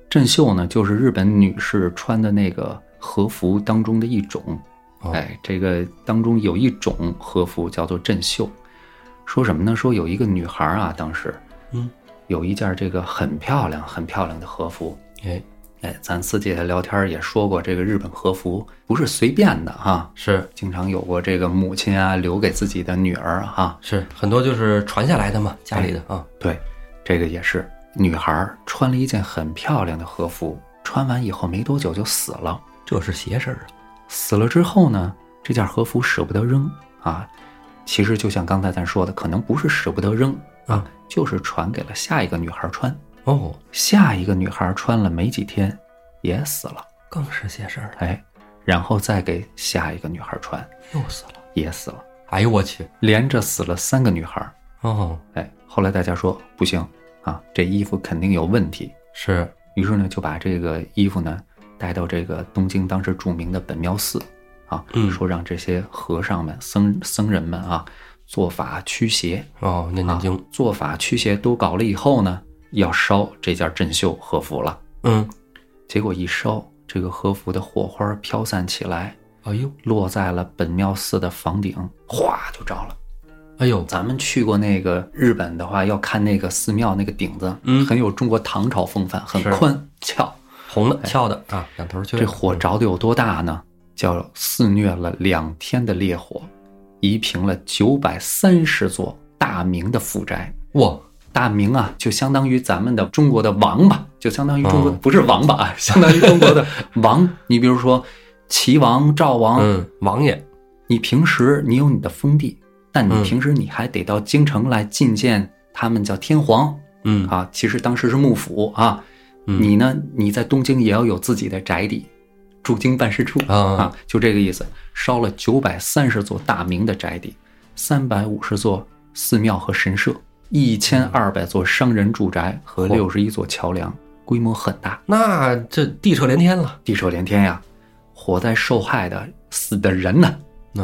振袖呢，就是日本女士穿的那个和服当中的一种。这个当中有一种和服叫做振袖。说什么呢？说有一个女孩啊，当时有一件这个很漂亮很漂亮的和服。咱四姐姐聊天也说过，这个日本和服不是随便的哈， 是经常有过这个母亲啊留给自己的女儿哈， 是很多就是传下来的嘛，家里的啊。 对，这个也是女孩穿了一件很漂亮的和服，穿完以后没多久就死了。 这是邪事啊！ 死了之后呢，这件和服舍不得扔啊。其实就像刚才咱说的，可能不是舍不得扔啊，就是传给了下一个女孩穿。下一个女孩穿了没几天也死了， 更是邪事了。 然后再给下一个女孩穿， 又死了， 也死了。 哎呦我去， 连着死了3个女孩。后来大家说不行啊，这衣服肯定有问题。 是， 于是呢就把这个衣服呢带到这个东京当时著名的本庙寺啊，说让这些和尚们、僧人们啊做法驱邪。 念经， 做法驱邪都搞了以后呢，要烧这件振袖和服了。结果一烧，这个和服的火花飘散起来，落在了本庙寺的房顶，哗就着了。咱们去过那个日本的话，要看那个寺庙那个顶子，很有中国唐朝风范，很宽翘， 红的翘的啊，两头这火着的有多大呢？叫肆虐了2天的烈火，夷平了930座大明的府宅。 哇！ 大明啊，就相当于咱们的中国的王吧，就相当于中国不是王吧啊，相当于中国的王。你比如说齐王、赵王， 王爷， 你平时你有你的封地，但你平时你还得到京城来觐见他们叫天皇，其实当时是幕府啊。你呢，你在东京也要有自己的宅邸，驻京办事处啊，就这个意思。烧了930座大明的宅邸，350座寺庙和神社。1200座商人住宅和61座桥梁，规模很大。 那这地彻连天了， 地彻连天呀！火灾受害的死的人呢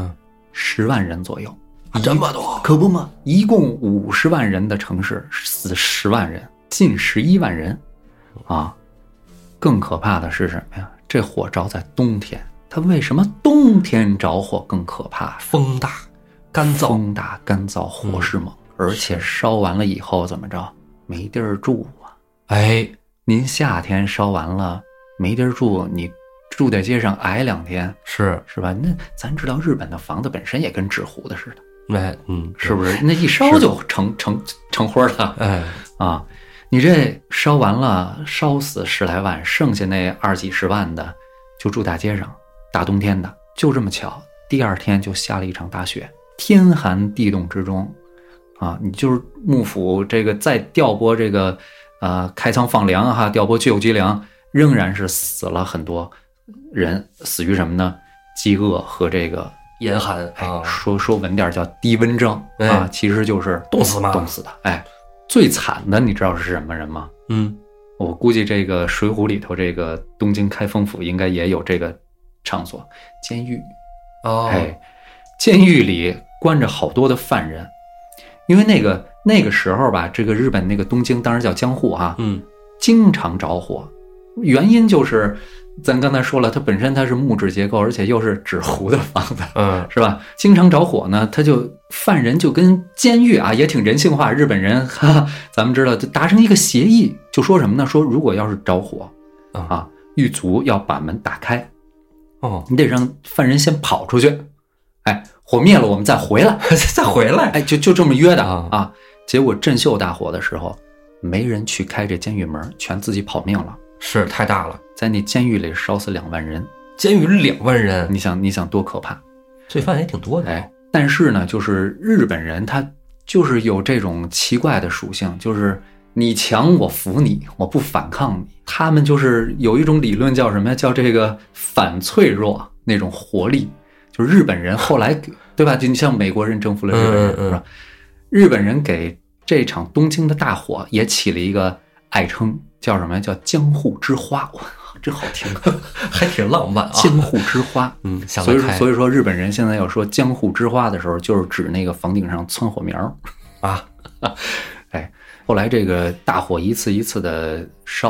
，10万人左右。 这么多？ 可不嘛，一共50万人的城市死10万人，近11万人啊！更可怕的是什么呀？这火着在冬天，它为什么冬天着火更可怕？ 风大干燥， 风大干燥，火势猛。而且烧完了以后怎么着？没地儿住啊！您夏天烧完了没地儿住，你住在街上挨2天，是吧？那咱知道日本的房子本身也跟纸糊的似的，是不是？那一烧就成灰了，你这烧完了，烧死10来万，剩下那20几10万的就住大街上，大冬天的，就这么巧，第2天就下了一场大雪，天寒地冻之中。你就是幕府这个再调拨这个开仓放粮哈，调拨救济粮，仍然是死了很多人，死于什么呢？饥饿和这个严寒说文点叫低温症其实就是冻死的。最惨的你知道是什么人吗？我估计这个水浒里头这个东京开封府应该也有这个场所，监狱。监狱里关着好多的犯人。因为那个时候吧，这个日本那个东京当然叫江户经常着火，原因就是咱刚才说了，它本身它是木质结构，而且又是纸糊的房子，是吧？经常着火呢，它就犯人就跟监狱也挺人性化，日本人咱们知道就达成一个协议，就说什么呢？说如果要是着火狱卒要把门打开，你得让犯人先跑出去，火灭了我们再回来再回来， 就这么约的结果振袖大火的时候，没人去开这监狱门，全自己跑命了。 是太大了， 在那监狱里烧死2万人。 监狱里2万人， 你想多可怕？ 罪犯也挺多的。 但是呢，就是日本人他就是有这种奇怪的属性，就是你强我服你，我不反抗你。他们就是有一种理论叫什么呀？叫这个反脆弱那种活力。就是日本人后来对吧？就你像美国人征服了日本人，是吧？日本人给这场东京的大火也起了一个爱称，叫什么呀？叫江户之花。哇，真好听， 还挺浪漫江户之花，所以说日本人现在要说江户之花的时候，就是指那个房顶上窜火苗后来这个大火一次一次的烧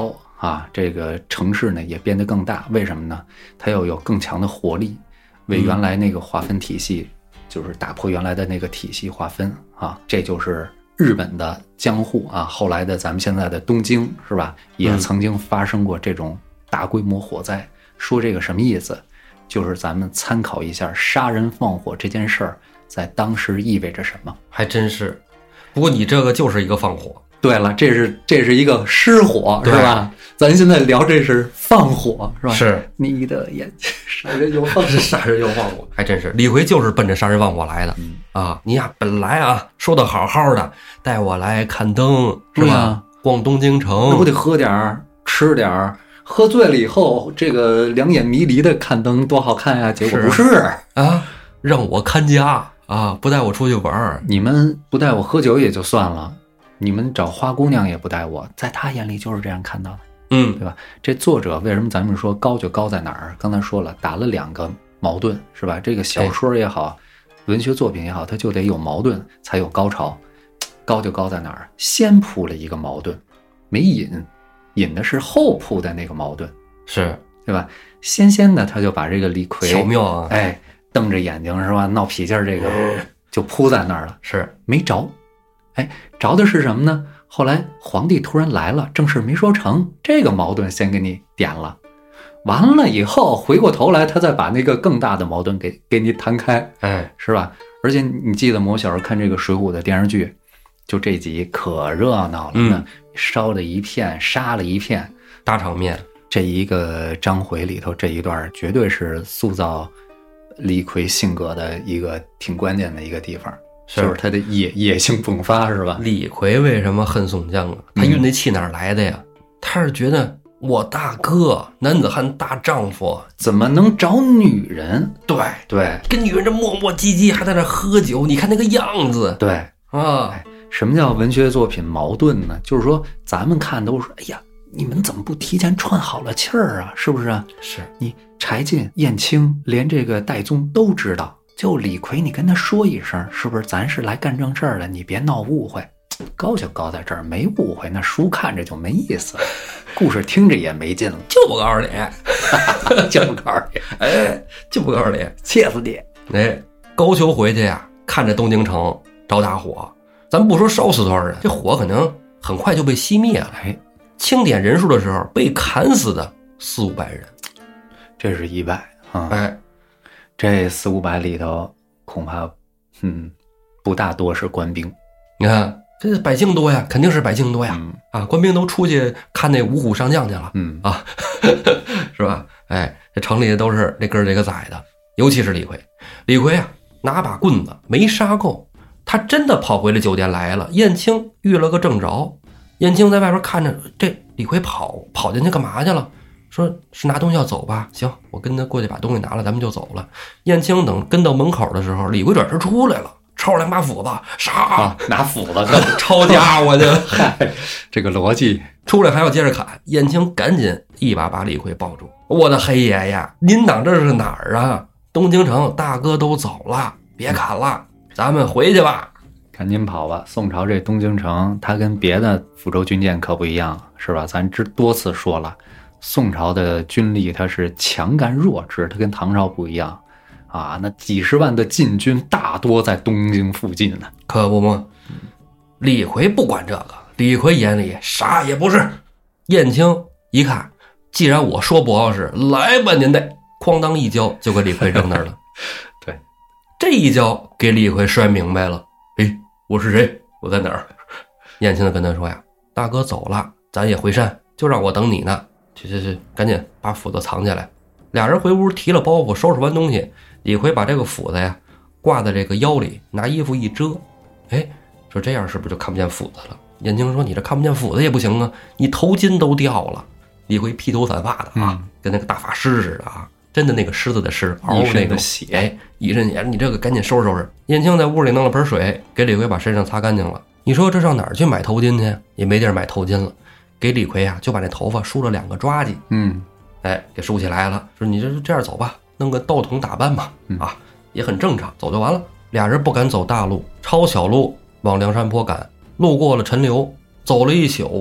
啊，这个城市呢也变得更大。为什么呢？它要有更强的活力，为原来那个划分体系，就是打破原来的那个体系划分啊。这就是日本的江户啊，后来的咱们现在的东京是吧？也曾经发生过这种大规模火灾。说这个什么意思？就是咱们参考一下杀人放火这件事儿在当时意味着什么。 还真是。不过你这个就是一个放火。 对了，这是一个失火是吧？咱现在聊这是放火是吧？ 是你的眼睛杀人又放火， 是杀人又放火，还真是。李逵就是奔着杀人放火来的。啊，你呀本来啊说的好好的，带我来看灯是吧？逛东京城， 那不得喝点儿吃点儿，喝醉了以后这个两眼迷离的看灯多好看呀！结果不是啊，让我看家啊，不带我出去玩。 你们不带我喝酒也就算了。你们找花姑娘也不带我，在他眼里就是这样看到的，对吧？这作者为什么咱们说高就高在哪儿？刚才说了，打了2个矛盾，是吧？这个小说也好，文学作品也好，它就得有矛盾才有高潮。高就高在哪儿？先铺了一个矛盾，没引的是后铺的那个矛盾， 是对吧？先的他就把这个李逵巧妙啊， 瞪着眼睛是吧？闹脾气这个就铺在那儿了， 是没着。着的是什么呢？后来皇帝突然来了，正事没说成，这个矛盾先给你点了，完了以后回过头来，他再把那个更大的矛盾给你摊开，是吧？而且你记得我小时候看这个《水浒》的电视剧，就这集可热闹了呢，烧了一片，杀了一片， 大场面。 这一个章回里头这一段绝对是塑造李逵性格的一个挺关键的一个地方。就是他的野性迸发是吧？ 李逵为什么恨宋江啊？他运那气哪来的呀？他是觉得我大哥男子汉大丈夫怎么能找女人？对， 跟女人这磨磨唧唧还在那喝酒，你看那个样子。 对啊， 什么叫文学作品矛盾呢？就是说咱们看都是哎呀，你们怎么不提前串好了气儿啊？是不是啊？ 是你柴进、燕青连这个戴宗都知道。就李逵你跟他说一声，是不是咱是来干正事儿的，你别闹误会。高就高在这儿，没误会，那书看着就没意思，故事听着也没劲了。 就不告诉你就不告诉你就不告诉你， 气死你。 高俅回去呀，看着东京城着大火，咱不说烧死多少人，这火可能很快就被熄灭了。清点人数的时候，被砍死的400-500人， 这是意外啊。这400-500里头恐怕不大多是官兵。 你看这百姓多呀，肯定是百姓多呀。官兵都出去看那五虎上将去了。是吧？这城里都是这哥这个宰的，尤其是李逵。李逵啊，拿把棍子没杀够，他真的跑回了酒店来了。燕青遇了个正着，燕青在外边看着这李逵跑进去干嘛去了？说是拿东西要走吧，行，我跟他过去把东西拿了，咱们就走了。燕青等跟到门口的时候，李逵转身出来了，抄2把斧子，杀， 拿斧子抄家伙去。 这个逻辑出来还要接着砍，燕青赶紧一把把李逵抱住。我的黑爷呀，您当这是哪儿啊？东京城大哥都走了，别砍了，咱们回去吧。 赶紧跑吧！宋朝这东京城，它跟别的福州军舰可不一样，是吧？咱多次说了。宋朝的军力它是强干弱支，它跟唐朝不一样啊！那几十万的禁军大多在东京附近呢， 可不吗？李逵不管这个，李逵眼里啥也不是。燕青一看，既然我说不好使，来吧您得，哐当一跤就给李逵扔那儿了。 对， 这一跤给李逵摔明白了。我是谁？我在哪儿？燕青跟他说呀，大哥走了，咱也回山，就让我等你呢。去，赶紧把斧子藏起来。俩人回屋提了包袱，收拾完东西，李逵把这个斧子呀挂在这个腰里，拿衣服一遮。说这样是不是就看不见斧子了？燕青说你这看不见斧子也不行啊，你头巾都掉了。李逵披头散发的啊，跟那个大法师似的啊，真的那个狮子的狮，嗷那个血，一身血，你这个赶紧收拾收拾。燕青在屋里弄了盆水，给李逵把身上擦干净了。你说这上哪儿去买头巾去？也没地儿买头巾了。给李逵啊，就把那头发梳了2个抓髻，给梳起来了。说你这样走吧，弄个道童打扮吧，也很正常，走就完了。俩人不敢走大路，抄小路往梁山坡赶，路过了陈留，走了一宿，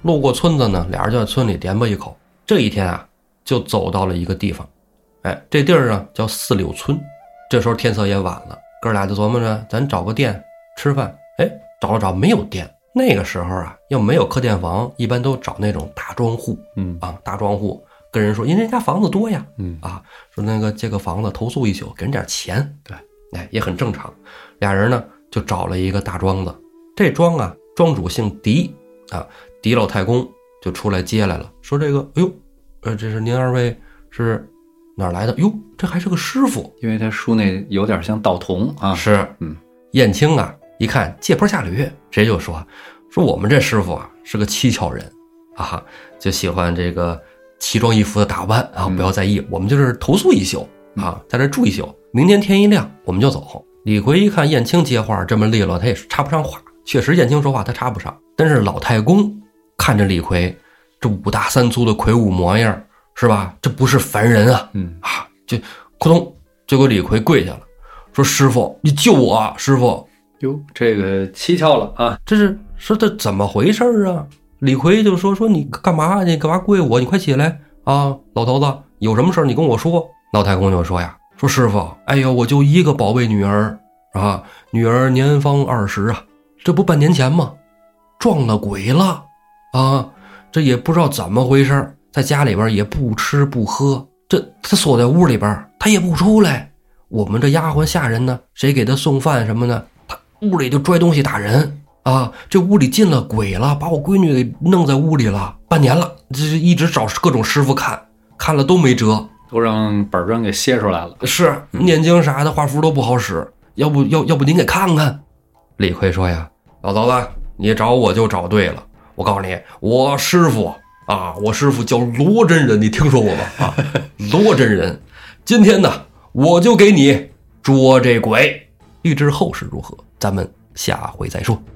路过村子呢，俩人就在村里点吧一口。这一天啊，就走到了一个地方，这地儿呢叫四柳村。这时候天色也晚了，哥俩就琢磨着咱找个店吃饭。找了找没有店。那个时候啊，要没有客店房，一般都找那种大庄户，大庄户跟人说，因为人家房子多呀，说那个借个房子投宿一宿，给人点钱，对，也很正常。俩人呢就找了一个大庄子，这庄啊，庄主姓狄啊，狄老太公就出来接来了，说这个，这是您二位是哪儿来的？哟，这还是个师傅， 因为他书那有点像道童啊。 是，燕青啊，一看借坡下驴，直接就说我们这师傅啊是个蹊跷人啊，就喜欢这个奇装异服的打扮啊，不要在意，我们就是投宿一宿啊，在这住一宿，明天天一亮我们就走。李逵一看燕青接话这么利落，他也插不上话，确实燕青说话他插不上，但是老太公看着李逵这五大三粗的魁梧模样，是吧？这不是凡人啊，就扑通就给李逵跪下了，说师傅你救我啊，师傅。 哟，这个蹊跷了啊！ 这是说这怎么回事啊？李逵就说你干嘛？你干嘛跪我？你快起来啊！老头子有什么事你跟我说。老太公就说呀，说师傅，哎呦，我就一个宝贝女儿啊，女儿年方20啊，这不半年前吗？撞了鬼了啊！这也不知道怎么回事，在家里边也不吃不喝，这他锁在屋里边，他也不出来。我们这丫鬟下人呢，谁给他送饭什么的，他屋里就拽东西打人啊！这屋里进了鬼了，把我闺女给弄在屋里了，半年了，这是一直找各种师傅看了都没辙， 都让本专给歇出来了。 是念经啥的画符都不好使，要不您给看看。李逵说呀，老头子你找我就找对了，我告诉你，我师傅叫罗真人，你听说过吗？啊，罗真人，今天呢我就给你捉这鬼。欲知后事如何，咱们下回再说。